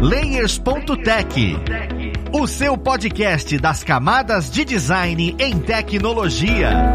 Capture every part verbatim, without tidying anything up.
Layers ponto tech, o seu podcast das camadas de design em tecnologia.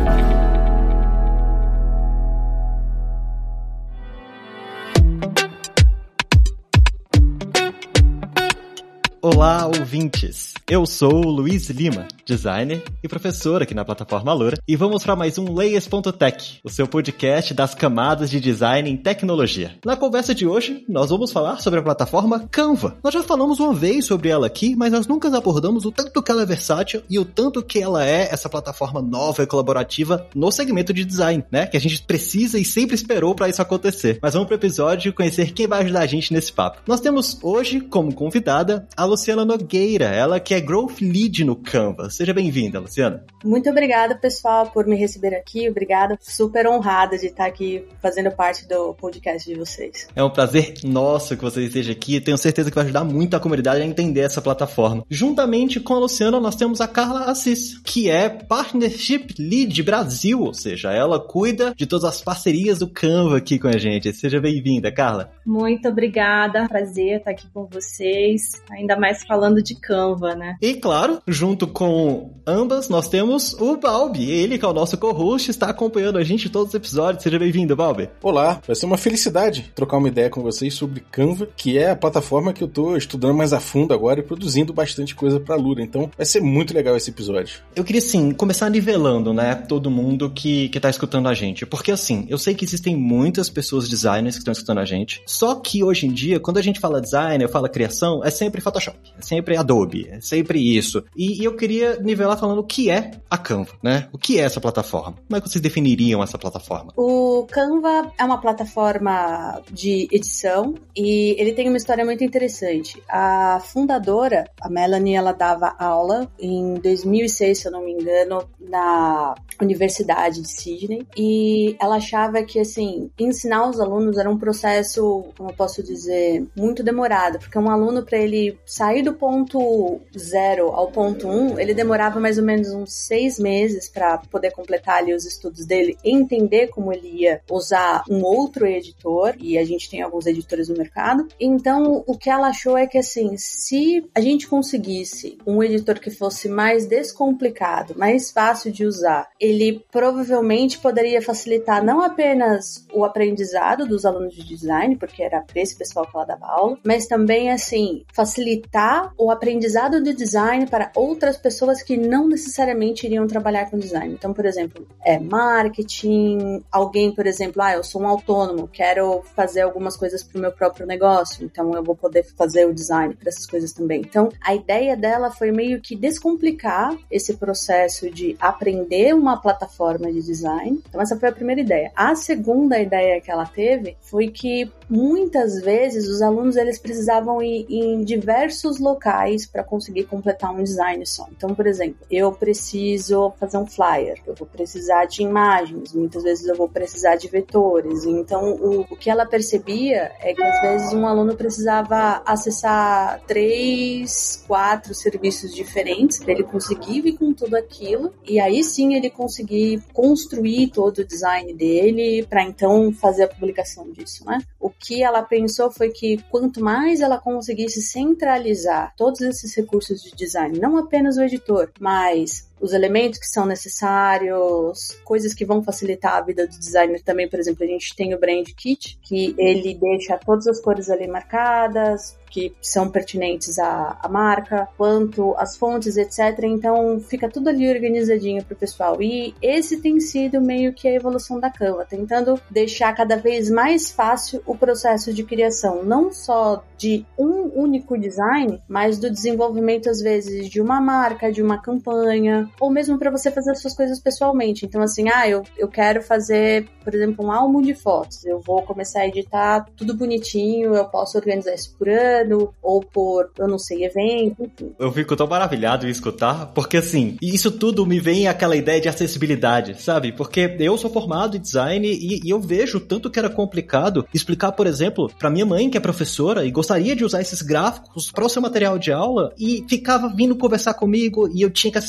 Olá, ouvintes! Eu sou o Luiz Lima, designer e professor aqui na plataforma Alura, e vamos para mais um Layers ponto tech, o seu podcast das camadas de design em tecnologia. Na conversa de hoje, nós vamos falar sobre a plataforma Canva. Nós já falamos uma vez sobre ela aqui, mas nós nunca abordamos o tanto que ela é versátil e o tanto que ela é essa plataforma nova e colaborativa no segmento de design, né? Que a gente precisa e sempre esperou para isso acontecer. Mas vamos para o episódio conhecer quem vai ajudar a gente nesse papo. Nós temos hoje como convidada a Luciana Nogueira, ela que é Growth Lead no Canva. Seja bem-vinda, Luciana. Muito obrigada, pessoal, por me receber aqui. Obrigada, super honrada de estar aqui fazendo parte do podcast de vocês. É um prazer nosso que você esteja aqui. Tenho certeza que vai ajudar muito a comunidade a entender essa plataforma. Juntamente com a Luciana, nós temos a Carla Assis, que é Partnership Lead Brasil, ou seja, ela cuida de todas as parcerias do Canva aqui com a gente. Seja bem-vinda, Carla. Muito obrigada, prazer estar aqui com vocês, ainda mais falando de Canva, né? E claro, junto com ambas, nós temos o Balbi, ele que é o nosso co-host, está acompanhando a gente em todos os episódios. Seja bem-vindo, Balbi. Olá, vai ser uma felicidade trocar uma ideia com vocês sobre Canva, que é a plataforma que eu estou estudando mais a fundo agora e produzindo bastante coisa para a Alura, então vai ser muito legal esse episódio. Eu queria, assim, começar nivelando, né, todo mundo que, que tá escutando a gente, porque, assim, eu sei que existem muitas pessoas designers que estão escutando a gente, só que hoje em dia, quando a gente fala design, fala criação, é sempre Photoshop, é sempre Adobe, é sempre isso. E, e eu queria nivelar falando o que é a Canva, né? O que é essa plataforma? Como é que vocês definiriam essa plataforma? O Canva é uma plataforma de edição e ele tem uma história muito interessante. A fundadora, a Melanie, ela dava aula em dois mil e seis, se eu não me engano, na Universidade de Sydney, e ela achava que, assim, ensinar os alunos era um processo, como eu posso dizer, muito demorado, porque um aluno, para ele sair do ponto zero ao ponto um, ele demorava mais ou menos uns seis meses para poder completar ali os estudos dele, entender como ele ia usar um outro editor, e a gente tem alguns editores no mercado. Então, o que ela achou é que, assim, se a gente conseguisse um editor que fosse mais descomplicado, mais fácil de usar, ele provavelmente poderia facilitar não apenas o aprendizado dos alunos de design, porque era para esse pessoal que ela dava aula, mas também, assim, facilitar o aprendizado de design para outras pessoas que não necessariamente iriam trabalhar com design. Então, por exemplo, é marketing, alguém, por exemplo, ah, eu sou um autônomo, quero fazer algumas coisas para o meu próprio negócio, então eu vou poder fazer o design para essas coisas também. Então, a ideia dela foi meio que descomplicar esse processo de aprender uma plataforma de design. Então, essa foi a primeira ideia. A segunda ideia que ela teve foi que muitas vezes os alunos, eles precisavam ir em diversos locais para conseguir completar um design só. Então, por exemplo, eu preciso fazer um flyer, eu vou precisar de imagens, muitas vezes eu vou precisar de vetores. Então, o, o que ela percebia é que às vezes um aluno precisava acessar três, quatro serviços diferentes para ele conseguir vir com tudo aquilo, e aí sim ele conseguir construir todo o design dele para então fazer a publicação disso, né? O que ela pensou foi que quanto mais ela conseguisse centralizar todos esses recursos de design, não apenas o editor, mas os elementos que são necessários, coisas que vão facilitar a vida do designer também. Por exemplo, a gente tem o Brand Kit, que ele deixa todas as cores ali marcadas, que são pertinentes à, à marca, quanto as fontes, etcétera. Então, fica tudo ali organizadinho pro pessoal. E esse tem sido meio que a evolução da Canva, tentando deixar cada vez mais fácil o processo de criação, não só de um único design, mas do desenvolvimento, às vezes, de uma marca, de uma campanha, ou mesmo para você fazer as suas coisas pessoalmente. Então, assim, ah, eu, eu quero fazer, por exemplo, um álbum de fotos. Eu vou começar a editar tudo bonitinho, eu posso organizar isso por ano, ou por, eu não sei, evento, enfim. Eu fico tão maravilhado em escutar, porque, assim, isso tudo me vem aquela ideia de acessibilidade, sabe? Porque eu sou formado em design e, e eu vejo tanto que era complicado explicar, por exemplo, pra minha mãe, que é professora e gostaria de usar esses gráficos para o seu material de aula, e ficava vindo conversar comigo e eu tinha que acessar uma coisa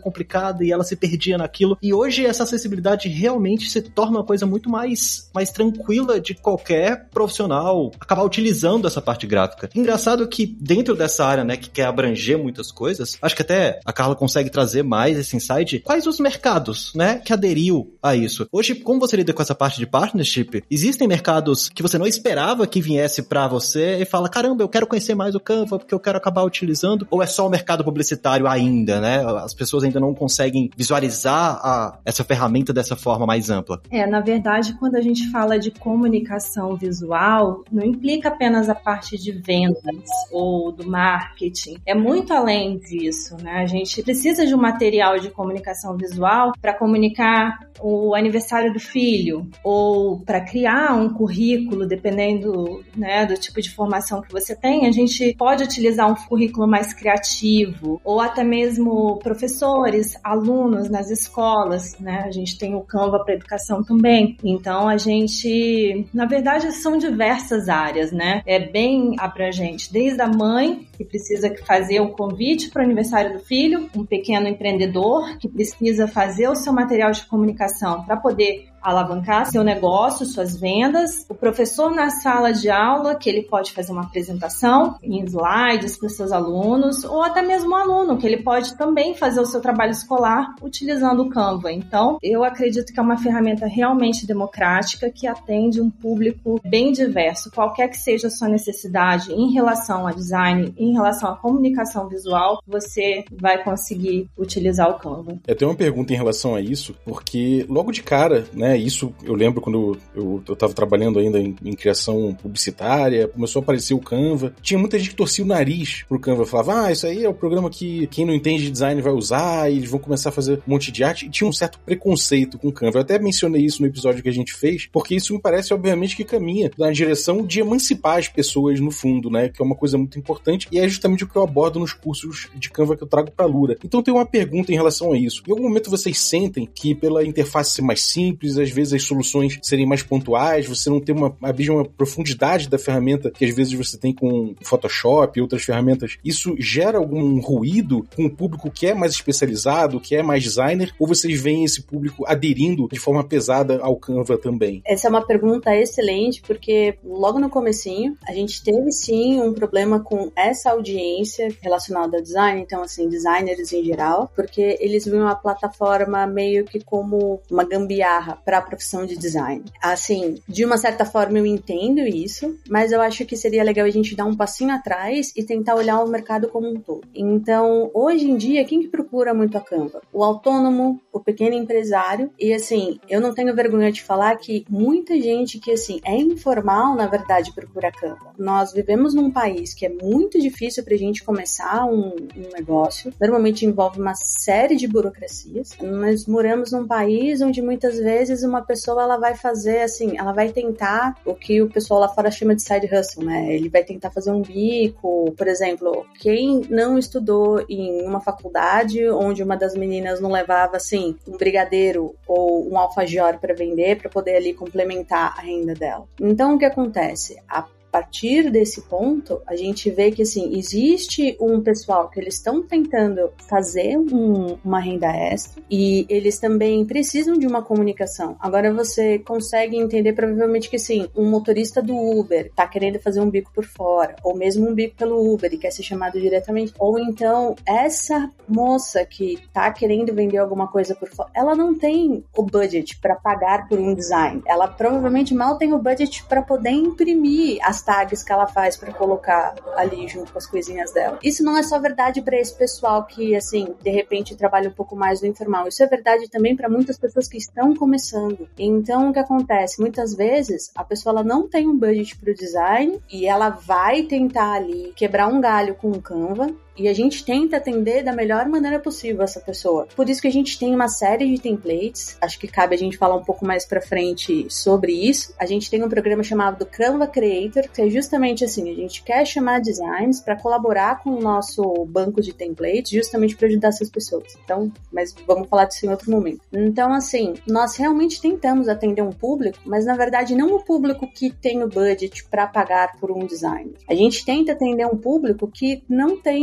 complicada e ela se perdia naquilo. E hoje essa acessibilidade realmente se torna uma coisa muito mais, mais tranquila de qualquer profissional acabar utilizando essa parte gráfica. Engraçado que dentro dessa área, né, que quer abranger muitas coisas, acho que até a Carla consegue trazer mais esse insight. Quais os mercados, né, que aderiu a isso? Hoje, como você lida com essa parte de partnership, existem mercados que você não esperava que viesse pra você e fala, caramba, eu quero conhecer mais o Canva porque eu quero acabar utilizando, ou é só o mercado publicitário ainda, né? As pessoas ainda não conseguem visualizar a, essa ferramenta dessa forma mais ampla. É, na verdade, quando a gente fala de comunicação visual, não implica apenas a parte de vendas ou do marketing. É muito além disso, né? A gente precisa de um material de comunicação visual para comunicar o aniversário do filho ou para criar um currículo, dependendo, né, do tipo de formação que você tem. A gente pode utilizar um currículo mais criativo ou até mesmo professores, alunos nas escolas, né? A gente tem o Canva para educação também. Então, a gente, na verdade, são diversas áreas, né? É bem abrangente, desde a mãe, que precisa fazer um convite para o aniversário do filho, um pequeno empreendedor que precisa fazer o seu material de comunicação para poder alavancar seu negócio, suas vendas, o professor na sala de aula, que ele pode fazer uma apresentação em slides para os seus alunos, ou até mesmo o aluno, que ele pode também fazer o seu trabalho escolar utilizando o Canva. Então, eu acredito que é uma ferramenta realmente democrática que atende um público bem diverso, qualquer que seja a sua necessidade em relação a design, em relação à comunicação visual, você vai conseguir utilizar o Canva. Eu tenho uma pergunta em relação a isso, porque logo de cara, né, isso eu lembro quando eu estava trabalhando ainda em, em criação publicitária, começou a aparecer o Canva, tinha muita gente que torcia o nariz pro Canva, falava, ah, isso aí é o programa que quem não entende de design vai usar, e eles vão começar a fazer um monte de arte, e tinha um certo preconceito com o Canva. Eu até mencionei isso no episódio que a gente fez, porque isso me parece, obviamente, que caminha na direção de emancipar as pessoas no fundo, né, que é uma coisa muito importante, e é justamente o que eu abordo nos cursos de Canva que eu trago pra Lura. Então tem uma pergunta em relação a isso. Em algum momento vocês sentem que pela interface ser mais simples, às vezes as soluções serem mais pontuais, você não ter uma, uma profundidade da ferramenta que às vezes você tem com Photoshop e outras ferramentas, isso gera algum ruído com o público que é mais especializado, que é mais designer, ou vocês veem esse público aderindo de forma pesada ao Canva também? Essa é uma pergunta excelente, porque logo no comecinho a gente teve sim um problema com essa audiência relacionada ao design, então assim, designers em geral, porque eles viam a plataforma meio que como uma gambiarra para a profissão de design. Assim, de uma certa forma eu entendo isso, mas eu acho que seria legal a gente dar um passinho atrás e tentar olhar o mercado como um todo. Então, hoje em dia, quem que procura muito a Canva? O autônomo, o pequeno empresário, e assim, eu não tenho vergonha de falar que muita gente que assim, é informal, na verdade, procura a Canva. Nós vivemos num país que é muito difícil pra gente começar um, um negócio, normalmente envolve uma série de burocracias. Nós moramos num país onde muitas vezes uma pessoa ela vai fazer assim, ela vai tentar o que o pessoal lá fora chama de side hustle, né? Ele vai tentar fazer um bico, por exemplo, quem não estudou em uma faculdade onde uma das meninas não levava assim um brigadeiro ou um alfajor para vender para poder ali complementar a renda dela. Então o que acontece? A A partir desse ponto, a gente vê que, assim, existe um pessoal que eles estão tentando fazer um, uma renda extra e eles também precisam de uma comunicação. Agora você consegue entender provavelmente que, assim, um motorista do Uber tá querendo fazer um bico por fora, ou mesmo um bico pelo Uber e quer ser chamado diretamente, ou então essa moça que tá querendo vender alguma coisa por fora, ela não tem o budget para pagar por um design. Ela provavelmente mal tem o budget para poder imprimir as tags que ela faz para colocar ali junto com as coisinhas dela. Isso não é só verdade para esse pessoal que, assim, de repente trabalha um pouco mais no informal. Isso é verdade também para muitas pessoas que estão começando. Então, o que acontece? Muitas vezes, a pessoa ela não tem um budget para o design e ela vai tentar ali quebrar um galho com o Canva. E a gente tenta atender da melhor maneira possível essa pessoa. Por isso que a gente tem uma série de templates. Acho que cabe a gente falar um pouco mais pra frente sobre isso. A gente tem um programa chamado Canva Creator, que é justamente assim, a gente quer chamar designs para colaborar com o nosso banco de templates, justamente para ajudar essas pessoas. Então, mas vamos falar disso em outro momento. Então, assim, nós realmente tentamos atender um público, mas na verdade não o público que tem o budget para pagar por um design. A gente tenta atender um público que não tem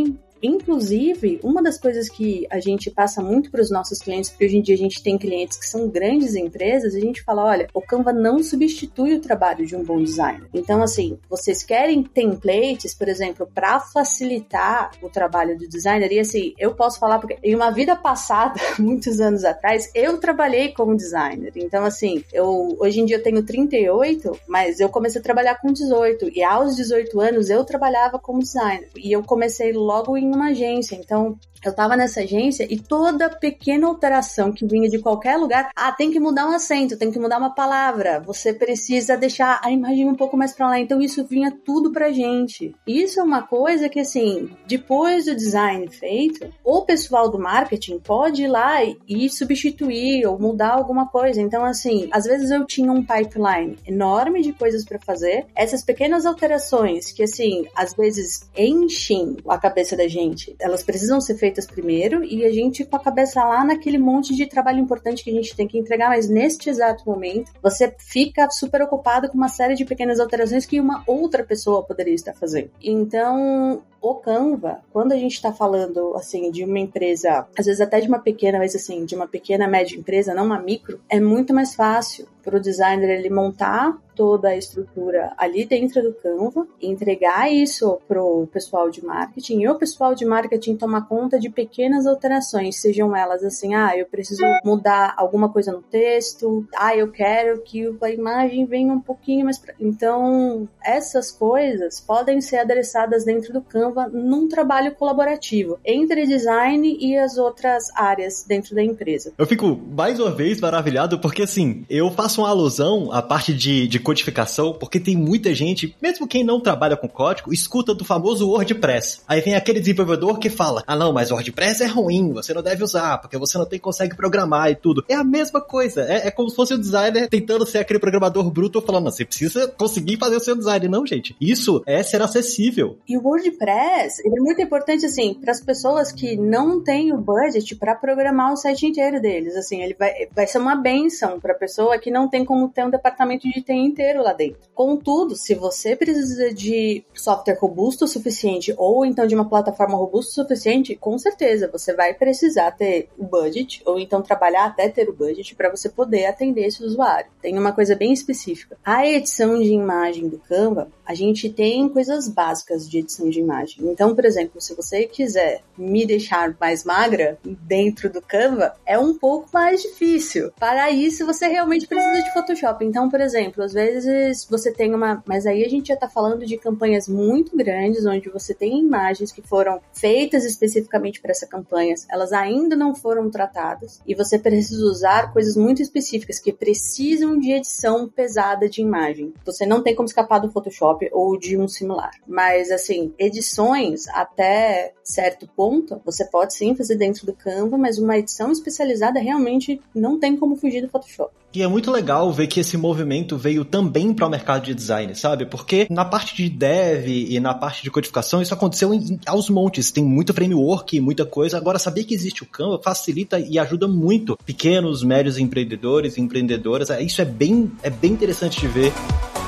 Inclusive, uma das coisas que a gente passa muito para os nossos clientes, porque hoje em dia a gente tem clientes que são grandes empresas, a gente fala, olha, o Canva não substitui o trabalho de um bom designer. Então, assim, vocês querem templates, por exemplo, para facilitar o trabalho do designer, e assim, eu posso falar porque em uma vida passada, muitos anos atrás, eu trabalhei como designer. Então, assim, eu hoje em dia eu tenho trinta e oito, mas eu comecei a trabalhar com dezoito, e aos dezoito anos eu trabalhava como designer. E eu comecei logo em uma agência, então eu tava nessa agência e toda pequena alteração que vinha de qualquer lugar, ah, tem que mudar um acento, tem que mudar uma palavra, você precisa deixar a imagem um pouco mais pra lá. Então isso vinha tudo pra gente. Isso é uma coisa que, assim, depois do design feito, o pessoal do marketing pode ir lá e substituir ou mudar alguma coisa. Então, assim, às vezes eu tinha um pipeline enorme de coisas pra fazer. Essas pequenas alterações que, assim, às vezes enchem a cabeça da gente, elas precisam ser feitas primeiro e a gente com a cabeça lá naquele monte de trabalho importante que a gente tem que entregar, mas neste exato momento você fica super ocupado com uma série de pequenas alterações que uma outra pessoa poderia estar fazendo. Então, o Canva, quando a gente está falando, assim, de uma empresa, às vezes até de uma pequena, mas assim, de uma pequena, média empresa, não uma micro, é muito mais fácil para o designer ele montar toda a estrutura ali dentro do Canva, entregar isso pro pessoal de marketing e o pessoal de marketing tomar conta de pequenas alterações, sejam elas assim, ah, eu preciso mudar alguma coisa no texto, ah, eu quero que a imagem venha um pouquinho mais pra... Então, essas coisas podem ser adressadas dentro do Canva num trabalho colaborativo entre design e as outras áreas dentro da empresa. Eu fico mais uma vez maravilhado porque, assim, eu faço uma alusão à parte de, de codificação, porque tem muita gente, mesmo quem não trabalha com código, escuta do famoso WordPress. Aí vem aquele desenvolvedor que fala, ah não, mas WordPress é ruim, você não deve usar, porque você não tem, consegue programar e tudo. É a mesma coisa, é, é como se fosse o designer tentando ser aquele programador bruto falando, não, você precisa conseguir fazer o seu design. Não, gente, isso é ser acessível. E o WordPress, ele é muito importante, assim, para as pessoas que não têm o budget para programar o site inteiro deles, assim, ele vai, vai ser uma bênção para a pessoa que não tem como ter um departamento de T I inteiro lá dentro. Contudo, se você precisa de software robusto o suficiente ou então de uma plataforma robusta o suficiente, com certeza você vai precisar ter o budget ou então trabalhar até ter o budget para você poder atender esse usuário. Tem uma coisa bem específica. A edição de imagem do Canva, a gente tem coisas básicas de edição de imagem. Então, por exemplo, se você quiser me deixar mais magra dentro do Canva, é um pouco mais difícil. Para isso, você realmente precisa de Photoshop. Então, por exemplo, às vezes você tem uma... Mas aí a gente já tá falando de campanhas muito grandes, onde você tem imagens que foram feitas especificamente para essa campanha, elas ainda não foram tratadas, e você precisa usar coisas muito específicas que precisam de edição pesada de imagem. Você não tem como escapar do Photoshop ou de um similar. Mas, assim, edições até certo ponto, você pode sim fazer dentro do Canva, mas uma edição especializada realmente não tem como fugir do Photoshop. E é muito legal ver que esse movimento veio também para o mercado de design, sabe? Porque na parte de dev e na parte de codificação, isso aconteceu em, em, aos montes. Tem muito framework, muita coisa. Agora, saber que existe o Canva facilita e ajuda muito pequenos, médios empreendedores e empreendedoras. Isso é bem, é bem interessante de ver.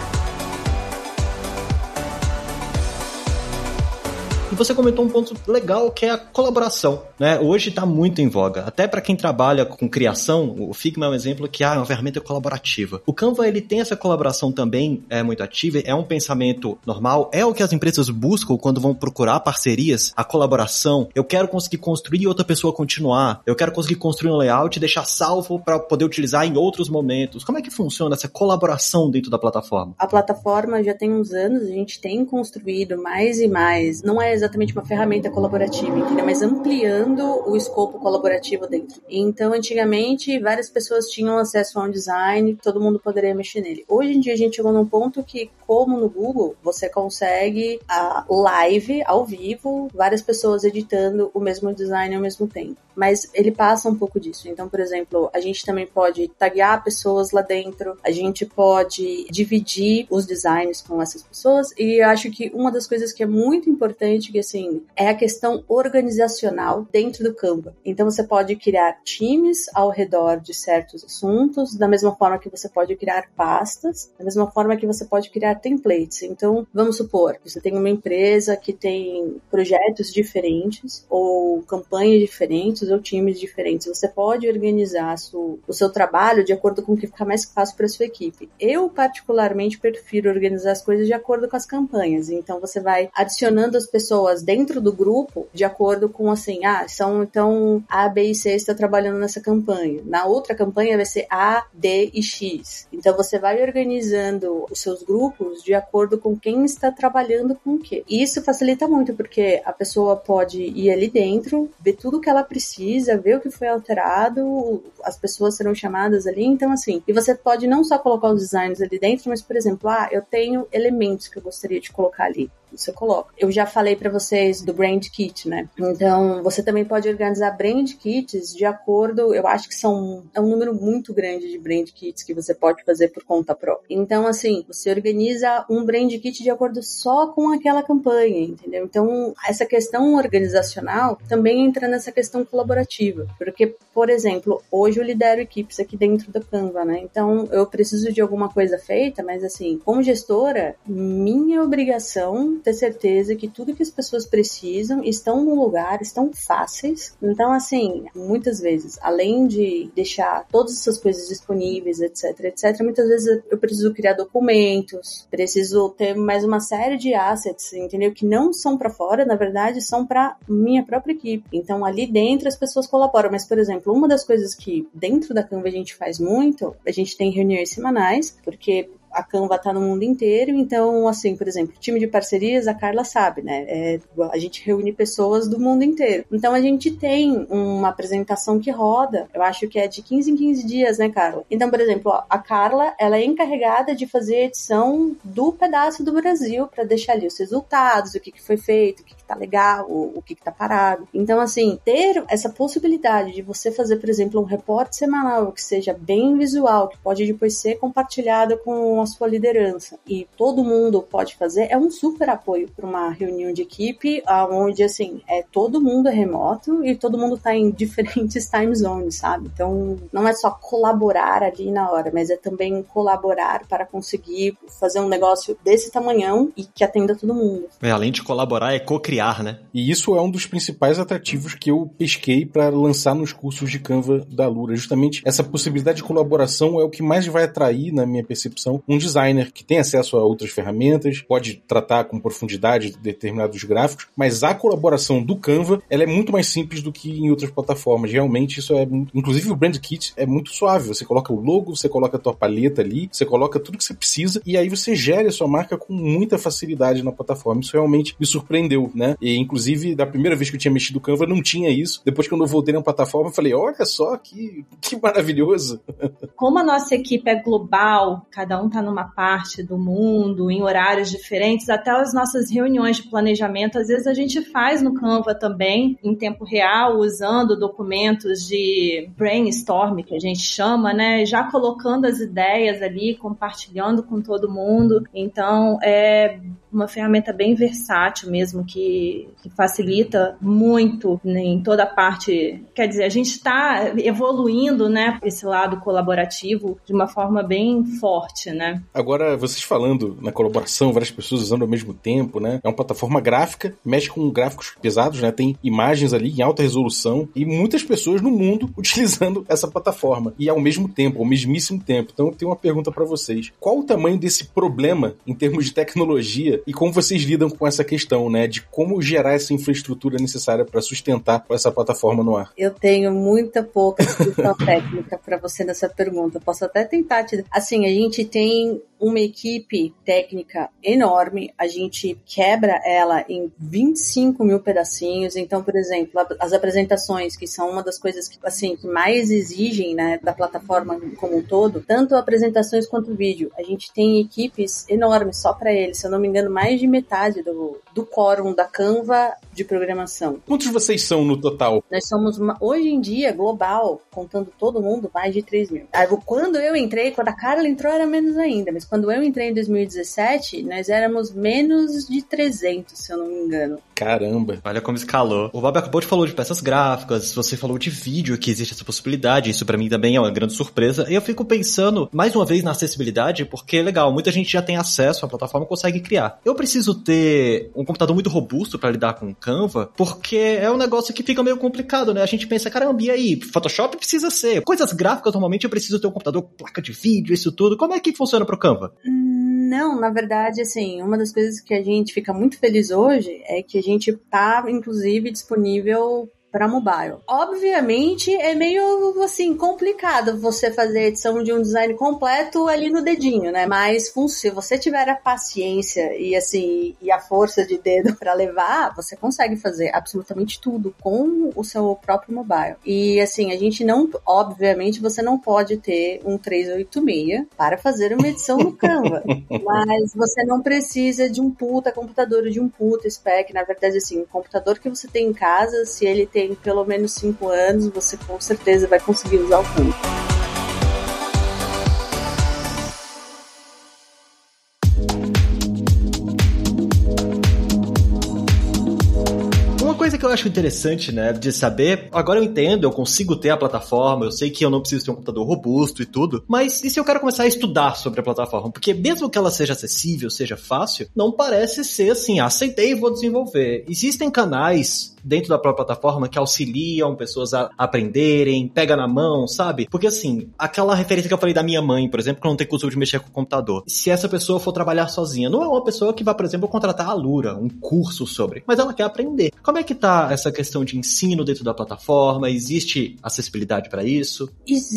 E você comentou um ponto legal, que é a colaboração, né? Hoje está muito em voga. Até para quem trabalha com criação, o Figma é um exemplo que ah, é uma ferramenta colaborativa. O Canva, ele tem essa colaboração também, é muito ativa, é um pensamento normal, é o que as empresas buscam quando vão procurar parcerias, a colaboração. Eu quero conseguir construir e outra pessoa continuar. Eu quero conseguir construir um layout e deixar salvo para poder utilizar em outros momentos. Como é que funciona essa colaboração dentro da plataforma? A plataforma já tem uns anos, a gente tem construído mais e mais. Não é exatamente uma ferramenta colaborativa, entendeu? Mas ampliando o escopo colaborativo dentro. Então, antigamente, várias pessoas tinham acesso a um design, todo mundo poderia mexer nele. Hoje em dia, a gente chegou num ponto que, como no Google, você consegue a live, ao vivo, várias pessoas editando o mesmo design ao mesmo tempo. mas ele passa um pouco disso. Então, por exemplo, a gente também pode taguear pessoas lá dentro, a gente pode dividir os designs com essas pessoas, e eu acho que uma das coisas que é muito importante, que assim, é a questão organizacional dentro do Canva. Então, você pode criar times ao redor de certos assuntos, da mesma forma que você pode criar pastas, da mesma forma que você pode criar templates. Então, vamos supor, você tem uma empresa que tem projetos diferentes, ou campanhas diferentes, ou times diferentes. Você pode organizar su, o seu trabalho de acordo com o que ficar mais fácil para sua equipe. Eu, particularmente, prefiro organizar as coisas de acordo com as campanhas. Então, você vai adicionando as pessoas dentro do grupo de acordo com, assim, ah, são, então, A, B e C está trabalhando nessa campanha. Na outra campanha vai ser A, D e X. Então, você vai organizando os seus grupos de acordo com quem está trabalhando com o quê. E isso facilita muito, porque a pessoa pode ir ali dentro, ver tudo o que ela precisa, ver o que foi alterado, as pessoas serão chamadas ali, então assim, e você pode não só colocar os designs ali dentro, mas, por exemplo, ah, eu tenho elementos que eu gostaria de colocar ali. Você coloca. Eu já falei pra vocês do Brand Kit, né? Então, você também pode organizar Brand Kits de acordo, eu acho que são, é um número muito grande de Brand Kits que você pode fazer por conta própria. Então, assim, você organiza um Brand Kit de acordo só com aquela campanha, entendeu? Então, essa questão organizacional também entra nessa questão colaborativa. Porque, por exemplo, hoje eu lidero equipes aqui dentro do Canva, né? Então, eu preciso de alguma coisa feita, mas assim, como gestora, minha obrigação ter certeza que tudo que as pessoas precisam estão no lugar, estão fáceis. Então, assim, muitas vezes, além de deixar todas essas coisas disponíveis, etc, etc, muitas vezes eu preciso criar documentos, preciso ter mais uma série de assets, entendeu? Que não são para fora, na verdade, são para minha própria equipe. Então, ali dentro as pessoas colaboram. Mas, por exemplo, uma das coisas que dentro da Canva a gente faz muito, a gente tem reuniões semanais, porque a Canva tá no mundo inteiro, então, assim, por exemplo, time de parcerias, a Carla sabe, né? É, a gente reúne pessoas do mundo inteiro. Então, a gente tem uma apresentação que roda, eu acho que é de quinze em quinze dias, né, Carla? Então, por exemplo, a Carla, ela é encarregada de fazer a edição do pedaço do Brasil para deixar ali os resultados, o que, que foi feito, o que, que tá legal, o, o que, que tá parado. Então, assim, ter essa possibilidade de você fazer, por exemplo, um reporte semanal que seja bem visual, que pode depois ser compartilhado com a sua liderança e todo mundo pode fazer, é um super apoio para uma reunião de equipe onde, assim, é, todo mundo é remoto e todo mundo tá em diferentes time zones, sabe? Então, não é só colaborar ali na hora, mas é também colaborar para conseguir fazer um negócio desse tamanhão e que atenda todo mundo. É, além de colaborar, é co-criar, né? E isso é um dos principais atrativos que eu pesquei para lançar nos cursos de Canva da Lura. Justamente essa possibilidade de colaboração é o que mais vai atrair, na minha percepção, um designer que tem acesso a outras ferramentas, pode tratar com profundidade determinados gráficos, mas a colaboração do Canva, ela é muito mais simples do que em outras plataformas. Realmente isso é, inclusive o Brand Kit é muito suave. Você coloca o logo, você coloca a tua paleta ali, você coloca tudo que você precisa e aí você gera a sua marca com muita facilidade na plataforma. Isso realmente me surpreendeu, né? E inclusive, da primeira vez que eu tinha mexido no Canva, não tinha isso. Depois que eu voltei na plataforma, eu falei, olha só que, que maravilhoso. Como a nossa equipe é global, cada um tá numa parte do mundo, em horários diferentes, até as nossas reuniões de planejamento, às vezes a gente faz no Canva também, em tempo real, usando documentos de brainstorm, que a gente chama, né? Já colocando as ideias ali, compartilhando com todo mundo. Então, é uma ferramenta bem versátil mesmo, que, que facilita muito, né, em toda a parte. Quer dizer, a gente está evoluindo, né, esse lado colaborativo de uma forma bem forte, né? Agora, vocês falando na colaboração, várias pessoas usando ao mesmo tempo, né? É uma plataforma gráfica, mexe com gráficos pesados, né? Tem imagens ali em alta resolução e muitas pessoas no mundo utilizando essa plataforma. E ao mesmo tempo, ao mesmíssimo tempo. Então, eu tenho uma pergunta para vocês. Qual o tamanho desse problema em termos de tecnologia e como vocês lidam com essa questão, né? De como gerar essa infraestrutura necessária para sustentar essa plataforma no ar? Eu tenho muita pouca descrição técnica para você nessa pergunta. Posso até tentar te... Assim, a gente tem uma equipe técnica enorme, a gente quebra ela em vinte e cinco mil pedacinhos. Então, por exemplo, as apresentações, que são uma das coisas que, assim, que mais exigem, né, da plataforma como um todo, tanto apresentações quanto vídeo, a gente tem equipes enormes só para eles. Se eu não me engano, mais de metade do, do quórum da Canva de programação. Quantos vocês são no total? Nós somos, uma, hoje em dia, global, contando todo mundo, mais de três mil. Aí, quando eu entrei, quando a Carla entrou, era menos ainda, mas quando eu entrei em dois mil e dezessete, nós éramos menos de trezentos, se eu não me engano. Caramba. Olha como escalou. O Bob acabou de falar de peças gráficas, você falou de vídeo, que existe essa possibilidade, isso pra mim também é uma grande surpresa. E eu fico pensando, mais uma vez, na acessibilidade, porque, legal, muita gente já tem acesso à plataforma e consegue criar. Eu preciso ter um computador muito robusto pra lidar com o Canva, porque é um negócio que fica meio complicado, né? A gente pensa, caramba, e aí? Photoshop precisa ser. Coisas gráficas, normalmente, eu preciso ter um computador, placa de vídeo, isso tudo. Como é que funciona pro Canva? Não, na verdade, assim, uma das coisas que a gente fica muito feliz hoje é que a gente tá, inclusive, disponível para mobile. Obviamente, é meio, assim, complicado você fazer a edição de um design completo ali no dedinho, né? Mas se você tiver a paciência e, assim, e a força de dedo para levar, você consegue fazer absolutamente tudo com o seu próprio mobile. E, assim, a gente não, obviamente, você não pode ter um trezentos e oitenta e seis para fazer uma edição no Canva. Mas você não precisa de um puta computador, de um puta spec. Na verdade, assim, o computador que você tem em casa, se ele tem tem pelo menos cinco anos, você com certeza vai conseguir usar o Canva. Coisa que eu acho interessante, né, de saber, agora eu entendo, eu consigo ter a plataforma, eu sei que eu não preciso ter um computador robusto e tudo, mas e se eu quero começar a estudar sobre a plataforma? Porque mesmo que ela seja acessível, seja fácil, não parece ser assim, aceitei e vou desenvolver. Existem canais dentro da própria plataforma que auxiliam pessoas a aprenderem, pega na mão, sabe? Porque assim, aquela referência que eu falei da minha mãe, por exemplo, que não tem costume de mexer com o computador, se essa pessoa for trabalhar sozinha, não é uma pessoa que vai, por exemplo, contratar a Alura, um curso sobre, mas ela quer aprender. Como é que tá essa questão de ensino dentro da plataforma? Existe acessibilidade para isso?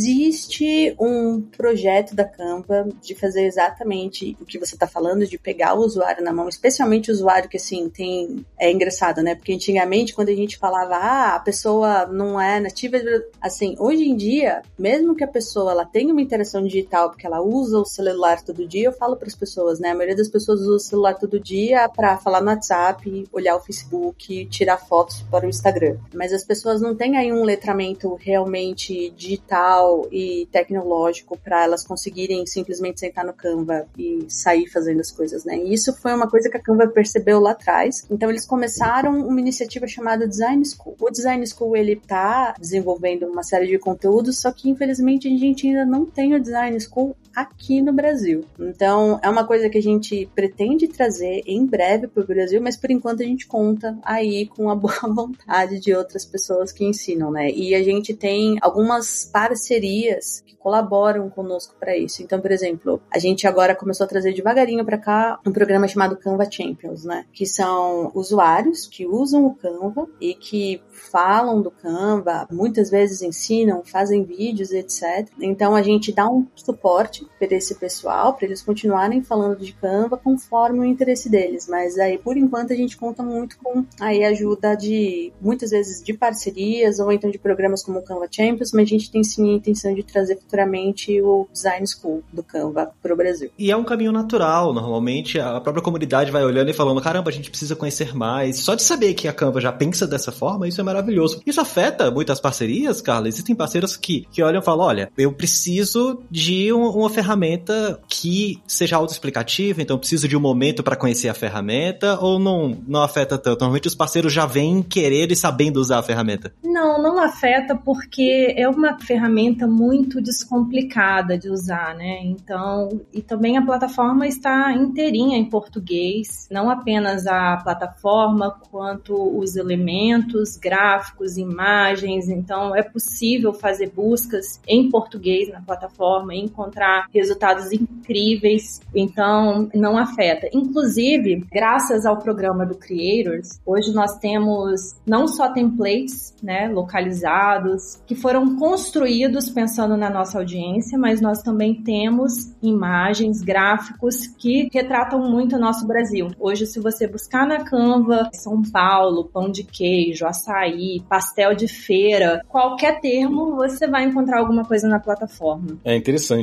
Existe um projeto da Canva de fazer exatamente o que você tá falando, de pegar o usuário na mão, especialmente o usuário que, assim, tem... É engraçado, né? Porque antigamente, quando a gente falava, ah, a pessoa não é nativa, assim, hoje em dia, mesmo que a pessoa ela tenha uma interação digital, porque ela usa o celular todo dia, eu falo para as pessoas, né? A maioria das pessoas usa o celular todo dia para falar no WhatsApp, olhar o Facebook, tirar fotos para o Instagram. Mas as pessoas não têm aí um letramento realmente digital e tecnológico para elas conseguirem simplesmente sentar no Canva e sair fazendo as coisas, né? E isso foi uma coisa que a Canva percebeu lá atrás. Então eles começaram uma iniciativa chamada Design School. O Design School, ele tá desenvolvendo uma série de conteúdos, só que infelizmente a gente ainda não tem o Design School aqui no Brasil. Então, é uma coisa que a gente pretende trazer em breve para o Brasil, mas por enquanto a gente conta aí com a boa vontade de outras pessoas que ensinam, né? E a gente tem algumas parcerias que colaboram conosco para isso. Então, por exemplo, a gente agora começou a trazer devagarinho para cá um programa chamado Canva Champions, né? Que são usuários que usam o Canva e que falam do Canva, muitas vezes ensinam, fazem vídeos, etcétera. Então, a gente dá um suporte para esse pessoal, para eles continuarem falando de Canva conforme o interesse deles. Mas aí, por enquanto, a gente conta muito com aí, a ajuda de, muitas vezes, de parcerias ou então de programas como o Canva Champions, mas a gente tem sim a intenção de trazer futuramente o Design School do Canva para o Brasil. E é um caminho natural, normalmente a própria comunidade vai olhando e falando, caramba, a gente precisa conhecer mais. Só de saber que a Canva já pensa dessa forma, isso é maravilhoso. Isso afeta muitas parcerias, Carla? Existem parceiros que, que olham e falam, olha, eu preciso de um, uma ferramenta que seja autoexplicativa, então eu preciso de um momento para conhecer a ferramenta, ou não, não afeta tanto? Normalmente os parceiros já vêm querer e sabendo usar a ferramenta. Não, não afeta porque é uma ferramenta muito descomplicada de usar, né? Então, e também a plataforma está inteirinha em português, não apenas a plataforma, quanto os elementos, gráficos, imagens. Então, é possível fazer buscas em português na plataforma e encontrar resultados incríveis. Então, não afeta. Inclusive, graças ao programa do Creators, hoje nós temos não só templates, né, localizados, que foram construídos pensando na nossa audiência, mas nós também temos imagens, gráficos que retratam muito o nosso Brasil. Hoje, se você buscar na Canva, São Paulo, pão de queijo, açaí, pastel de feira, qualquer termo, você vai encontrar alguma coisa na plataforma. É interessante. Agora,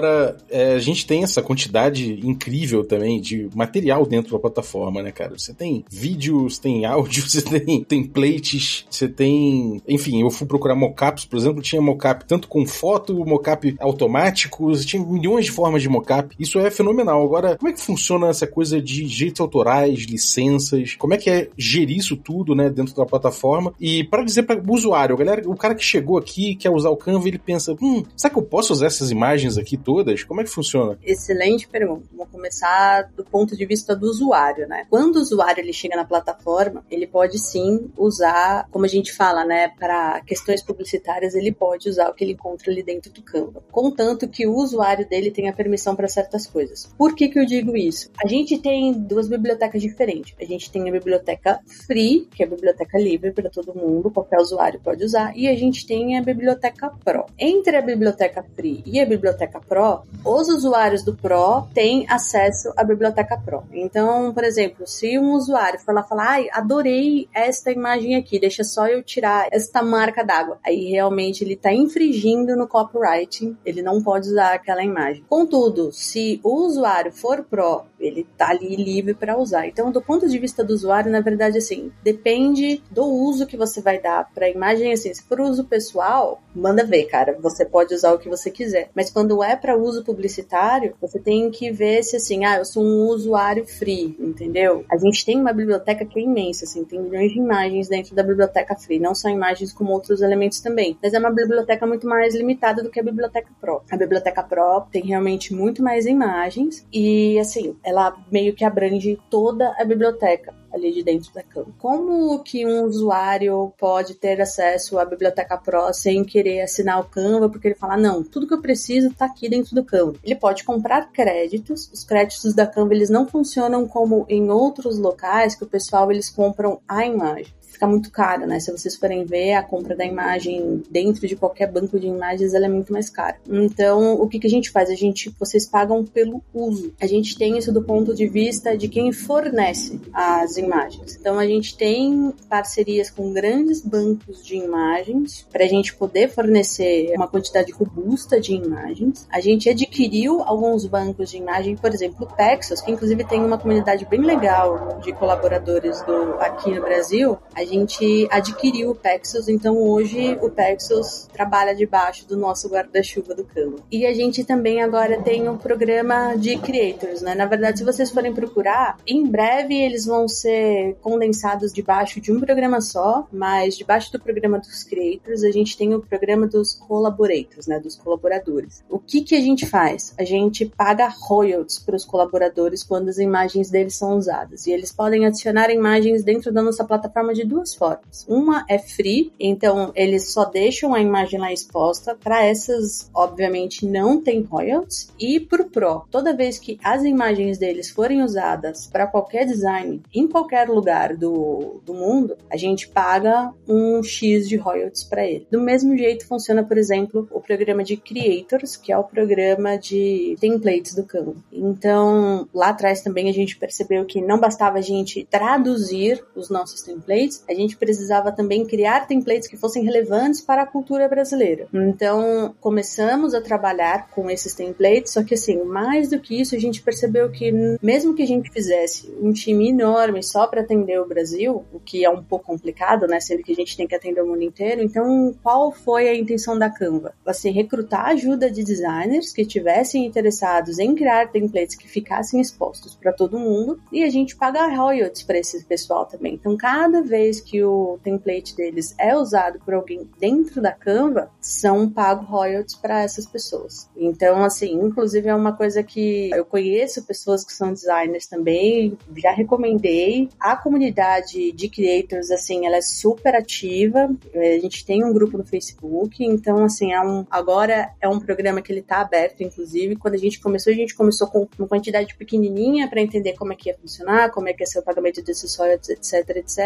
Agora, é, a gente tem essa quantidade incrível também de material dentro da plataforma, né, cara? Você tem vídeos, tem áudio, você tem templates, você tem... Enfim, eu fui procurar mockups, por exemplo, tinha mockup tanto com foto, mockup automático, tinha milhões de formas de mockup. Isso é fenomenal. Agora, como é que funciona essa coisa de direitos autorais, licenças? Como é que é gerir isso tudo, né, dentro da plataforma? E para dizer para o usuário, galera, o cara que chegou aqui, quer usar o Canva, ele pensa, hum, será que eu posso usar essas imagens aqui todas? Como é que funciona? Excelente pergunta. Vou começar do ponto de vista do usuário, né? Quando o usuário ele chega na plataforma, ele pode sim usar, como a gente fala, né, para questões publicitárias, ele pode usar o que ele encontra ali dentro do Canva, contanto que o usuário dele tenha permissão para certas coisas. Por que que eu digo isso? A gente tem duas bibliotecas diferentes. A gente tem a biblioteca Free, que é a biblioteca livre para todo mundo, qualquer usuário pode usar, e a gente tem a biblioteca Pro. Entre a biblioteca Free e a biblioteca Pro, os usuários do Pro têm acesso à biblioteca Pro. Então, por exemplo, se um usuário for lá falar, ai, adorei esta imagem aqui, deixa só eu tirar esta marca d'água. Aí realmente ele está infringindo no copywriting, ele não pode usar aquela imagem. Contudo, se o usuário for Pro, ele tá ali livre para usar. Então, do ponto de vista do usuário, na verdade, assim, depende do uso que você vai dar para a imagem. Assim, se for uso pessoal, manda ver, cara, você pode usar o que você quiser. Mas quando é para uso publicitário, você tem que ver se, assim, ah, eu sou um usuário free, entendeu? A gente tem uma biblioteca que é imensa, assim, tem milhões de imagens dentro da biblioteca free, não só imagens como outros elementos também. Mas é uma biblioteca muito mais limitada do que a biblioteca Pro. A biblioteca Pro tem realmente muito mais imagens e, assim, ela meio que abrange toda a biblioteca ali de dentro da Canva. Como que um usuário pode ter acesso à biblioteca Pro sem querer assinar o Canva, porque ele fala, não, tudo que eu preciso está aqui dentro do Canva. Ele pode comprar créditos, os créditos da Canva eles não funcionam como em outros locais que o pessoal eles compram a imagem. Fica muito caro, né? Se vocês forem ver, a compra da imagem dentro de qualquer banco de imagens, ela é muito mais cara. Então, o que que a gente faz? A gente, vocês pagam pelo uso. A gente tem isso do ponto de vista de quem fornece as imagens. Então, a gente tem parcerias com grandes bancos de imagens para a gente poder fornecer uma quantidade robusta de imagens. A gente adquiriu alguns bancos de imagem, por exemplo, o Pexels, que inclusive tem uma comunidade bem legal de colaboradores do, aqui no Brasil. A gente adquiriu o Pexels, então hoje o Pexels trabalha debaixo do nosso guarda-chuva do Canva. E a gente também agora tem um programa de creators, né? Na verdade, se vocês forem procurar, em breve eles vão ser condensados debaixo de um programa só, mas debaixo do programa dos creators, a gente tem o programa dos collaborators, né? Dos colaboradores. O que que a gente faz? A gente paga royalties para os colaboradores quando as imagens deles são usadas. E eles podem adicionar imagens dentro da nossa plataforma de duas formas. Uma é free, então eles só deixam a imagem lá exposta. Para essas, obviamente, não tem royalties. E pro Pro, toda vez que as imagens deles forem usadas para qualquer design, em qualquer lugar do, do mundo, a gente paga um X de royalties para ele. Do mesmo jeito funciona, por exemplo, o programa de creators, que é o programa de templates do Canva. Então, lá atrás também a gente percebeu que não bastava a gente traduzir os nossos templates, a gente precisava também criar templates que fossem relevantes para a cultura brasileira. Então, começamos a trabalhar com esses templates, só que assim, mais do que isso, a gente percebeu que mesmo que a gente fizesse um time enorme só para atender o Brasil, o que é um pouco complicado, né, sendo que a gente tem que atender o mundo inteiro, então qual foi a intenção da Canva? Assim, recrutar ajuda de designers que estivessem interessados em criar templates que ficassem expostos para todo mundo e a gente pagar royalties para esse pessoal também. Então, cada vez que o template deles é usado por alguém dentro da Canva, são pagos royalties para essas pessoas. Então, assim, inclusive é uma coisa que eu conheço pessoas que são designers também, já recomendei. A comunidade de creators, assim, ela é super ativa. A gente tem um grupo no Facebook, então, assim, é um, agora é um programa que ele tá aberto, inclusive. Quando a gente começou, a gente começou com uma quantidade pequenininha para entender como é que ia funcionar, como é que ia ser o pagamento desses royalties, etc, etc. E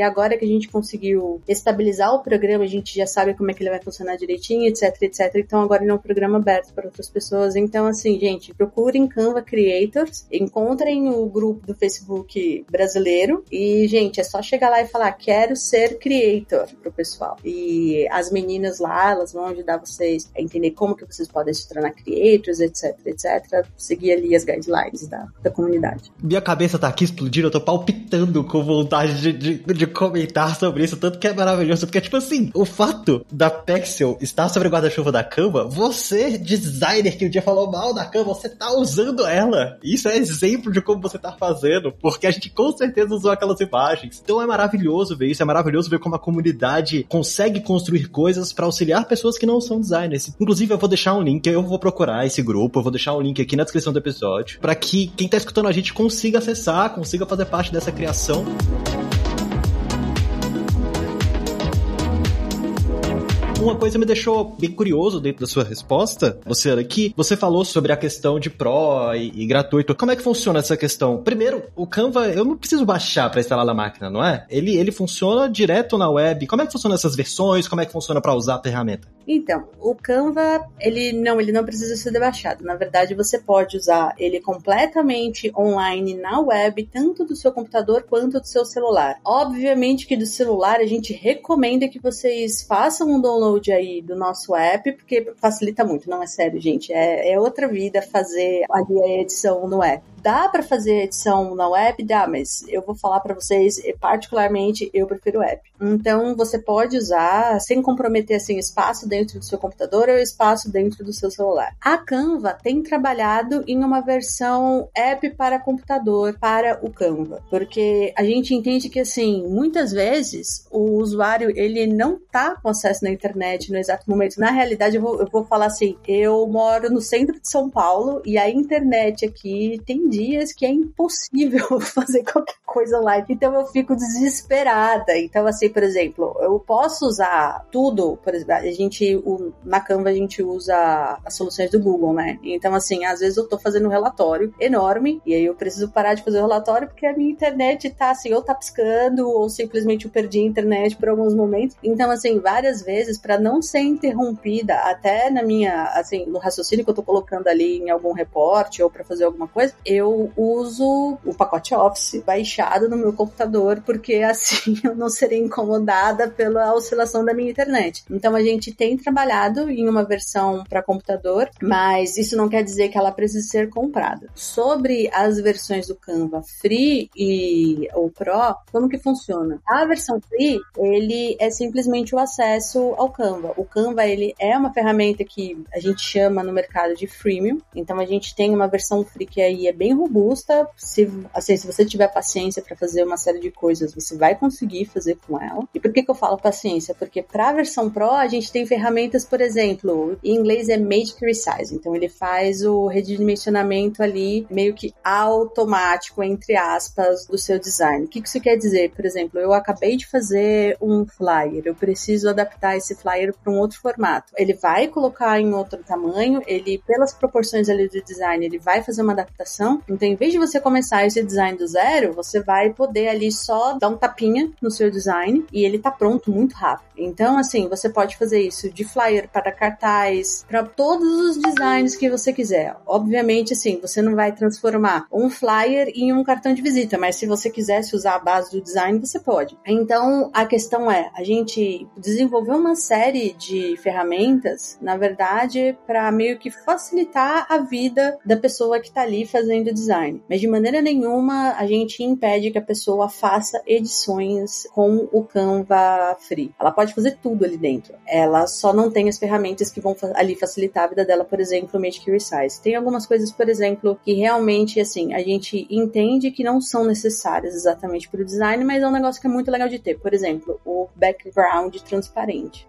agora que a gente conseguiu estabilizar o programa, a gente já sabe como é que ele vai funcionar direitinho, etc, etc. Então agora ele é um programa aberto para outras pessoas. Então, assim, gente, procurem Canva Creators, encontrem o grupo do Facebook brasileiro e, gente, é só chegar lá e falar, quero ser creator pro pessoal. E as meninas lá, elas vão ajudar vocês a entender como que vocês podem se tornar creators, etc, etc. Seguir ali as guidelines da, da comunidade. Minha cabeça tá aqui explodindo, eu tô palpitando com vontade de, de, de comentar sobre isso, tanto que é maravilhoso, porque, tipo assim, o fato da Pexel estar sobre o guarda-chuva da Canva, você, designer que um dia falou mal da Canva, você tá usando ela. Isso é exemplo de como você tá fazendo, porque a gente com certeza usou aquelas imagens. Então é maravilhoso ver isso, é maravilhoso ver como a comunidade consegue construir coisas pra auxiliar pessoas que não são designers. Inclusive, eu vou deixar um link, eu vou procurar esse grupo, eu vou deixar um link aqui na descrição do episódio, pra que quem tá escutando a gente consiga acessar, consiga fazer parte dessa criação. Uma coisa me deixou bem curioso dentro da sua resposta, Luciana, que você falou sobre a questão de Pro e, e gratuito. Como é que funciona essa questão? Primeiro, o Canva, eu não preciso baixar para instalar na máquina, não é? Ele, ele funciona direto na web. Como é que funcionam essas versões? Como é que funciona para usar a ferramenta? Então, o Canva, ele não, ele não precisa ser baixado. Na verdade, você pode usar ele completamente online na web, tanto do seu computador quanto do seu celular. Obviamente que do celular a gente recomenda que vocês façam um download aí do nosso app, porque facilita muito, não é sério, gente, é, é outra vida fazer ali a edição no app. Dá pra fazer edição na web? Dá, mas eu vou falar pra vocês, particularmente, eu prefiro o app. Então, você pode usar sem comprometer, assim, espaço dentro do seu computador ou espaço dentro do seu celular. A Canva tem trabalhado em uma versão app para computador, para o Canva, porque a gente entende que, assim, muitas vezes o usuário, ele não tá com acesso na internet no exato momento. Na realidade, eu vou, eu vou falar assim, eu moro no centro de São Paulo e a internet aqui tem dias que é impossível fazer qualquer coisa online. Então eu fico desesperada. Então, assim, por exemplo, eu posso usar tudo, por exemplo, a gente, o, na Canva a gente usa as soluções do Google, né? Então, assim, às vezes eu tô fazendo um relatório enorme e aí eu preciso parar de fazer o relatório porque a minha internet tá assim, ou tá piscando ou simplesmente eu perdi a internet por alguns momentos. Então, assim, várias vezes, para não ser interrompida até na minha, assim, no raciocínio que eu tô colocando ali em algum reporte ou para fazer alguma coisa, eu eu uso o pacote Office baixado no meu computador, porque assim eu não serei incomodada pela oscilação da minha internet. Então a gente tem trabalhado em uma versão para computador, mas isso não quer dizer que ela precise ser comprada. Sobre as versões do Canva Free e o Pro, como que funciona? A versão Free, ele é simplesmente o acesso ao Canva. O Canva, ele é uma ferramenta que a gente chama no mercado de freemium, então a gente tem uma versão Free que aí é bem robusta, se, assim, se você tiver paciência para fazer uma série de coisas, você vai conseguir fazer com ela. E por que que eu falo paciência? Porque para a versão Pro, a gente tem ferramentas, por exemplo, em inglês é Magic Resize, então ele faz o redimensionamento ali meio que automático, entre aspas, do seu design. O que que isso quer dizer? Por exemplo, eu acabei de fazer um flyer, eu preciso adaptar esse flyer para um outro formato. Ele vai colocar em outro tamanho, ele, pelas proporções ali do design, ele vai fazer uma adaptação. Então, em vez de você começar esse design do zero, você vai poder ali só dar um tapinha no seu design e ele tá pronto muito rápido. Então, assim, você pode fazer isso de flyer para cartaz, para todos os designs que você quiser. Obviamente, assim, você não vai transformar um flyer em um cartão de visita, mas se você quisesse usar a base do design, você pode. Então, a questão é, a gente desenvolveu uma série de ferramentas, na verdade, para meio que facilitar a vida da pessoa que tá ali fazendo design. Mas de maneira nenhuma a gente impede que a pessoa faça edições com o Canva Free. Ela pode fazer tudo ali dentro. Ela só não tem as ferramentas que vão ali facilitar a vida dela, por exemplo, o Magic Resize. Tem algumas coisas, por exemplo, que realmente, assim, a gente entende que não são necessárias exatamente para o design, mas é um negócio que é muito legal de ter. Por exemplo, o background transparente.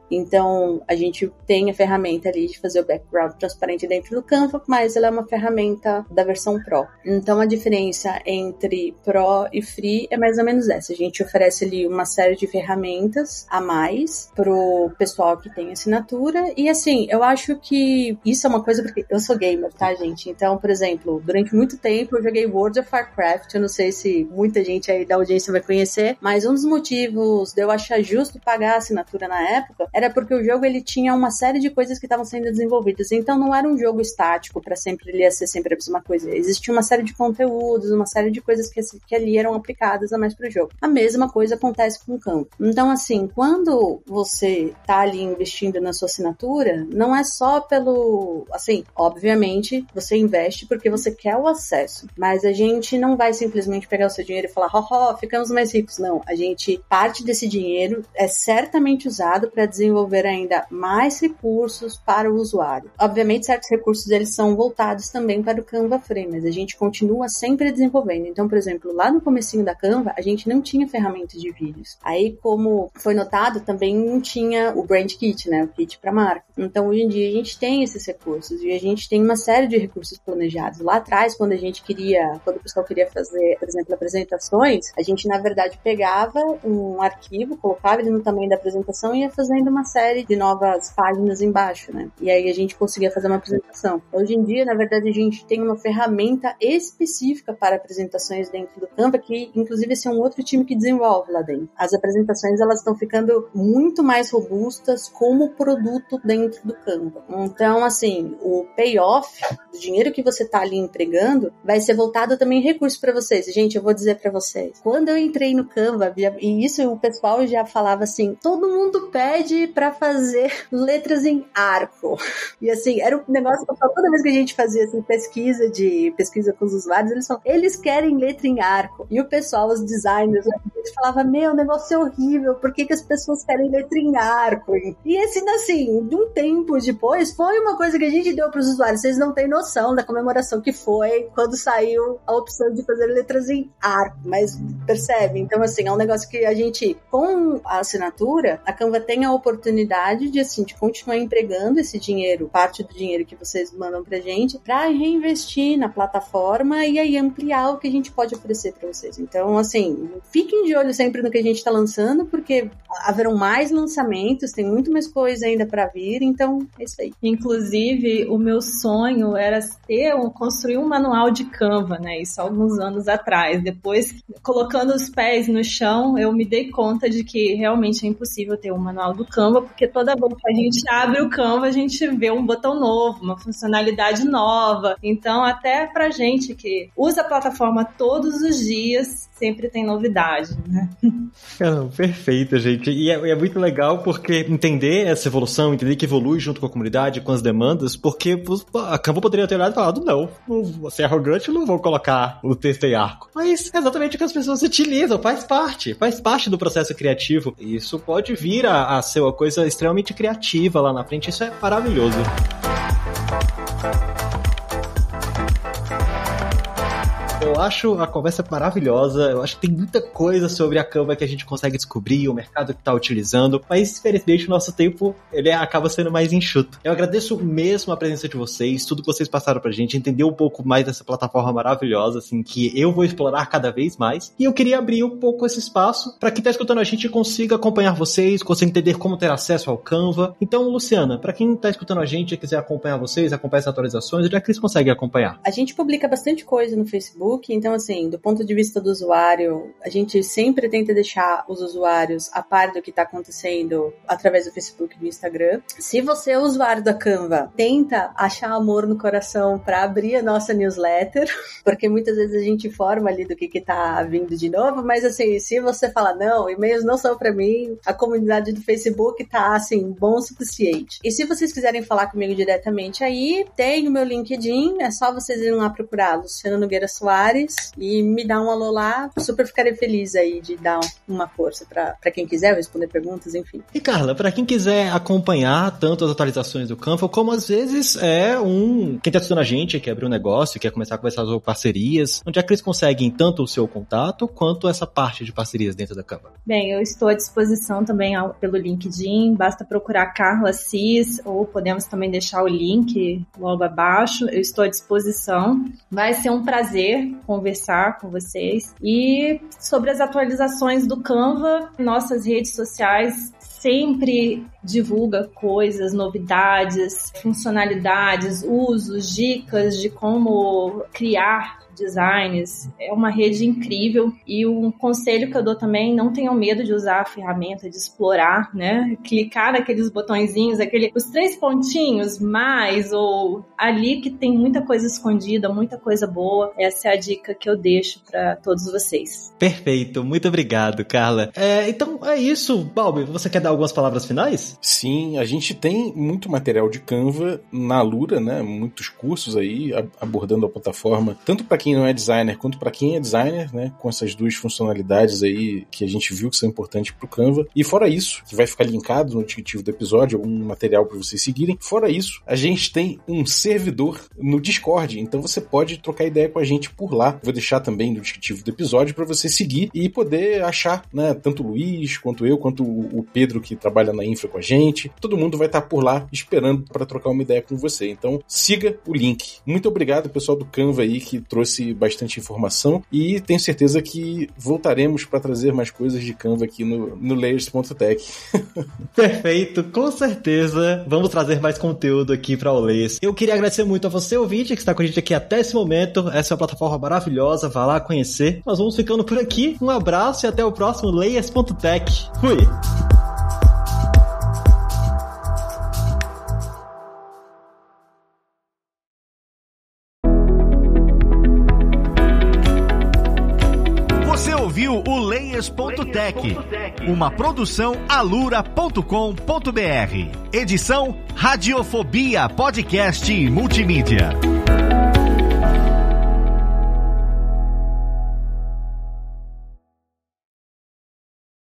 Então, a gente tem a ferramenta ali de fazer o background transparente dentro do Canva, mas ela é uma ferramenta da versão Pro. Então, a diferença entre Pro e Free é mais ou menos essa. A gente oferece ali uma série de ferramentas a mais pro pessoal que tem assinatura. E, assim, eu acho que isso é uma coisa porque eu sou gamer, tá, gente? Então, por exemplo, durante muito tempo eu joguei World of Warcraft. Eu não sei se muita gente aí da audiência vai conhecer, mas um dos motivos de eu achar justo pagar a assinatura na época era porque o jogo ele tinha uma série de coisas que estavam sendo desenvolvidas. Então, não era um jogo estático para sempre, ele ia ser sempre a mesma coisa. Existia uma série de conteúdos, uma série de coisas que, que ali eram aplicadas a mais pro jogo. A mesma coisa acontece com o Canva. Então, assim, quando você tá ali investindo na sua assinatura, não é só pelo... Assim, obviamente, você investe porque você quer o acesso, mas a gente não vai simplesmente pegar o seu dinheiro e falar, ó, ó, ficamos mais ricos. Não, a gente, parte desse dinheiro é certamente usado para desenvolver ainda mais recursos para o usuário. Obviamente, certos recursos eles são voltados também para o Canva Free, mas a gente continua sempre desenvolvendo. Então, por exemplo, lá no comecinho da Canva, a gente não tinha ferramenta de vídeos. Aí, como foi notado, também não tinha o Brand Kit, né? O kit para marca. Então, hoje em dia, a gente tem esses recursos e a gente tem uma série de recursos planejados. Lá atrás, quando a gente queria, quando o pessoal queria fazer, por exemplo, apresentações, a gente, na verdade, pegava um arquivo, colocava ele no tamanho da apresentação e ia fazendo uma série de novas páginas embaixo, né? E aí a gente conseguia fazer uma apresentação. Hoje em dia, na verdade, a gente tem uma ferramenta específica para apresentações dentro do Canva, que, inclusive, esse é um outro time que desenvolve lá dentro. As apresentações, elas estão ficando muito mais robustas como produto dentro do Canva. Então, assim, o payoff do dinheiro que você está ali empregando vai ser voltado também em recursos para vocês. Gente, eu vou dizer para vocês, quando eu entrei no Canva, e isso o pessoal já falava assim, todo mundo pede para fazer letras em arco. E assim, era um negócio que toda vez que a gente fazia assim, pesquisa de pesquisa com os usuários, eles falavam, eles querem letra em arco. E o pessoal, os designers, eles falavam, meu, o negócio é horrível, por que, que as pessoas querem letra em arco? E assim, assim, de um tempo depois, foi uma coisa que a gente deu para os usuários. Vocês não têm noção da comemoração que foi quando saiu a opção de fazer letras em arco, mas percebe? Então, assim, é um negócio que a gente, com a assinatura, a Canva tem a oportunidade de, assim, de continuar empregando esse dinheiro, parte do dinheiro que vocês mandam pra gente, pra reinvestir na plataforma e aí ampliar o que a gente pode oferecer pra vocês. Então, assim, fiquem de olho sempre no que a gente tá lançando, porque haverão mais lançamentos, tem muito mais coisa ainda pra vir, então é isso aí. Inclusive, o meu sonho era ter, construir um manual de Canva, né? Isso há alguns anos atrás. Depois, colocando os pés no chão, eu me dei conta de que realmente é impossível ter um manual do Canva, porque toda vez que a gente abre o Canva, a gente vê um botão novo, uma funcionalidade nova. Então, até pra gente que usa a plataforma todos os dias, sempre tem novidade, né? Não, perfeito, gente. E é, é muito legal porque entender essa evolução, entender que evolui junto com a comunidade, com as demandas, porque a Canva poderia ter olhado e falado, não, você é arrogante, eu não vou colocar o texto em arco. Mas é exatamente o que as pessoas utilizam, faz parte, faz parte do processo criativo. Isso pode vir a, a ser uma coisa extremamente criativa lá na frente, isso é maravilhoso. Eu acho a conversa maravilhosa, eu acho que tem muita coisa sobre a Canva que a gente consegue descobrir, o mercado que está utilizando, mas infelizmente o nosso tempo ele acaba sendo mais enxuto. Eu agradeço mesmo a presença de vocês, tudo que vocês passaram pra gente, entender um pouco mais dessa plataforma maravilhosa, assim, que eu vou explorar cada vez mais, e eu queria abrir um pouco esse espaço para quem está escutando a gente consiga acompanhar vocês, consiga entender como ter acesso ao Canva. Então, Luciana, para quem está escutando a gente e quiser acompanhar vocês, acompanhar as atualizações, onde é que eles conseguem acompanhar? A gente publica bastante coisa no Facebook, então, assim, do ponto de vista do usuário, a gente sempre tenta deixar os usuários a par do que está acontecendo através do Facebook e do Instagram. Se você é usuário da Canva, tenta achar amor no coração para abrir a nossa newsletter, porque muitas vezes a gente informa ali do que que tá vindo de novo, mas, assim, se você fala, não, e-mails não são para mim, a comunidade do Facebook tá, assim, bom o suficiente. E se vocês quiserem falar comigo diretamente aí, tem o meu LinkedIn, é só vocês irem lá procurar Luciana Nogueira Soares, lugares e me dá um alô lá. Super ficarei feliz aí de dar uma força pra, pra quem quiser responder perguntas, enfim. E Carla, pra quem quiser acompanhar tanto as atualizações do Canva, como às vezes é um... Quem tá assistindo a gente, quer abrir um negócio, quer começar a conversar sobre parcerias, onde é que eles conseguem tanto o seu contato, quanto essa parte de parcerias dentro da Canva? Bem, eu estou à disposição também ao, pelo LinkedIn, basta procurar Carla Cis, ou podemos também deixar o link logo abaixo. Eu estou à disposição. Vai ser um prazer conversar com vocês. E sobre as atualizações do Canva, nossas redes sociais sempre divulga coisas, novidades, funcionalidades, usos, dicas de como criar designs. É uma rede incrível e um conselho que eu dou também, não tenham medo de usar a ferramenta, de explorar, né? Clicar naqueles botõezinhos, aquele, os três pontinhos mais ou ali que tem muita coisa escondida, muita coisa boa. Essa é a dica que eu deixo para todos vocês. Perfeito, muito obrigado, Carla. É, então é isso, Balbi, você quer dar algumas palavras finais? Sim, a gente tem muito material de Canva na Alura, né? Muitos cursos aí abordando a plataforma, tanto para quem não é designer quanto para quem é designer, né? Com essas duas funcionalidades aí que a gente viu que são importantes pro Canva. E fora isso, que vai ficar linkado no descritivo do episódio, algum material para vocês seguirem. Fora isso, a gente tem um servidor no Discord, então você pode trocar ideia com a gente por lá. Vou deixar também no descritivo do episódio para você seguir e poder achar, né? Tanto o Luiz, quanto eu, quanto o Pedro que trabalha na infra com a gente. Todo mundo vai estar por lá esperando para trocar uma ideia com você. Então siga o link. Muito obrigado, pessoal do Canva aí que trouxe bastante informação e tenho certeza que voltaremos para trazer mais coisas de Canva aqui no, no layers ponto tech. Perfeito, com certeza vamos trazer mais conteúdo aqui para o Layers. Eu queria agradecer muito a você, ouvinte, que está com a gente aqui até esse momento. Essa é uma plataforma maravilhosa, vá lá conhecer. Nós vamos ficando por aqui. Um abraço e até o próximo layers ponto tech. Fui! Ouviu o layers ponto tech, uma produção alura ponto com ponto br. Edição Radiofobia Podcast e Multimídia.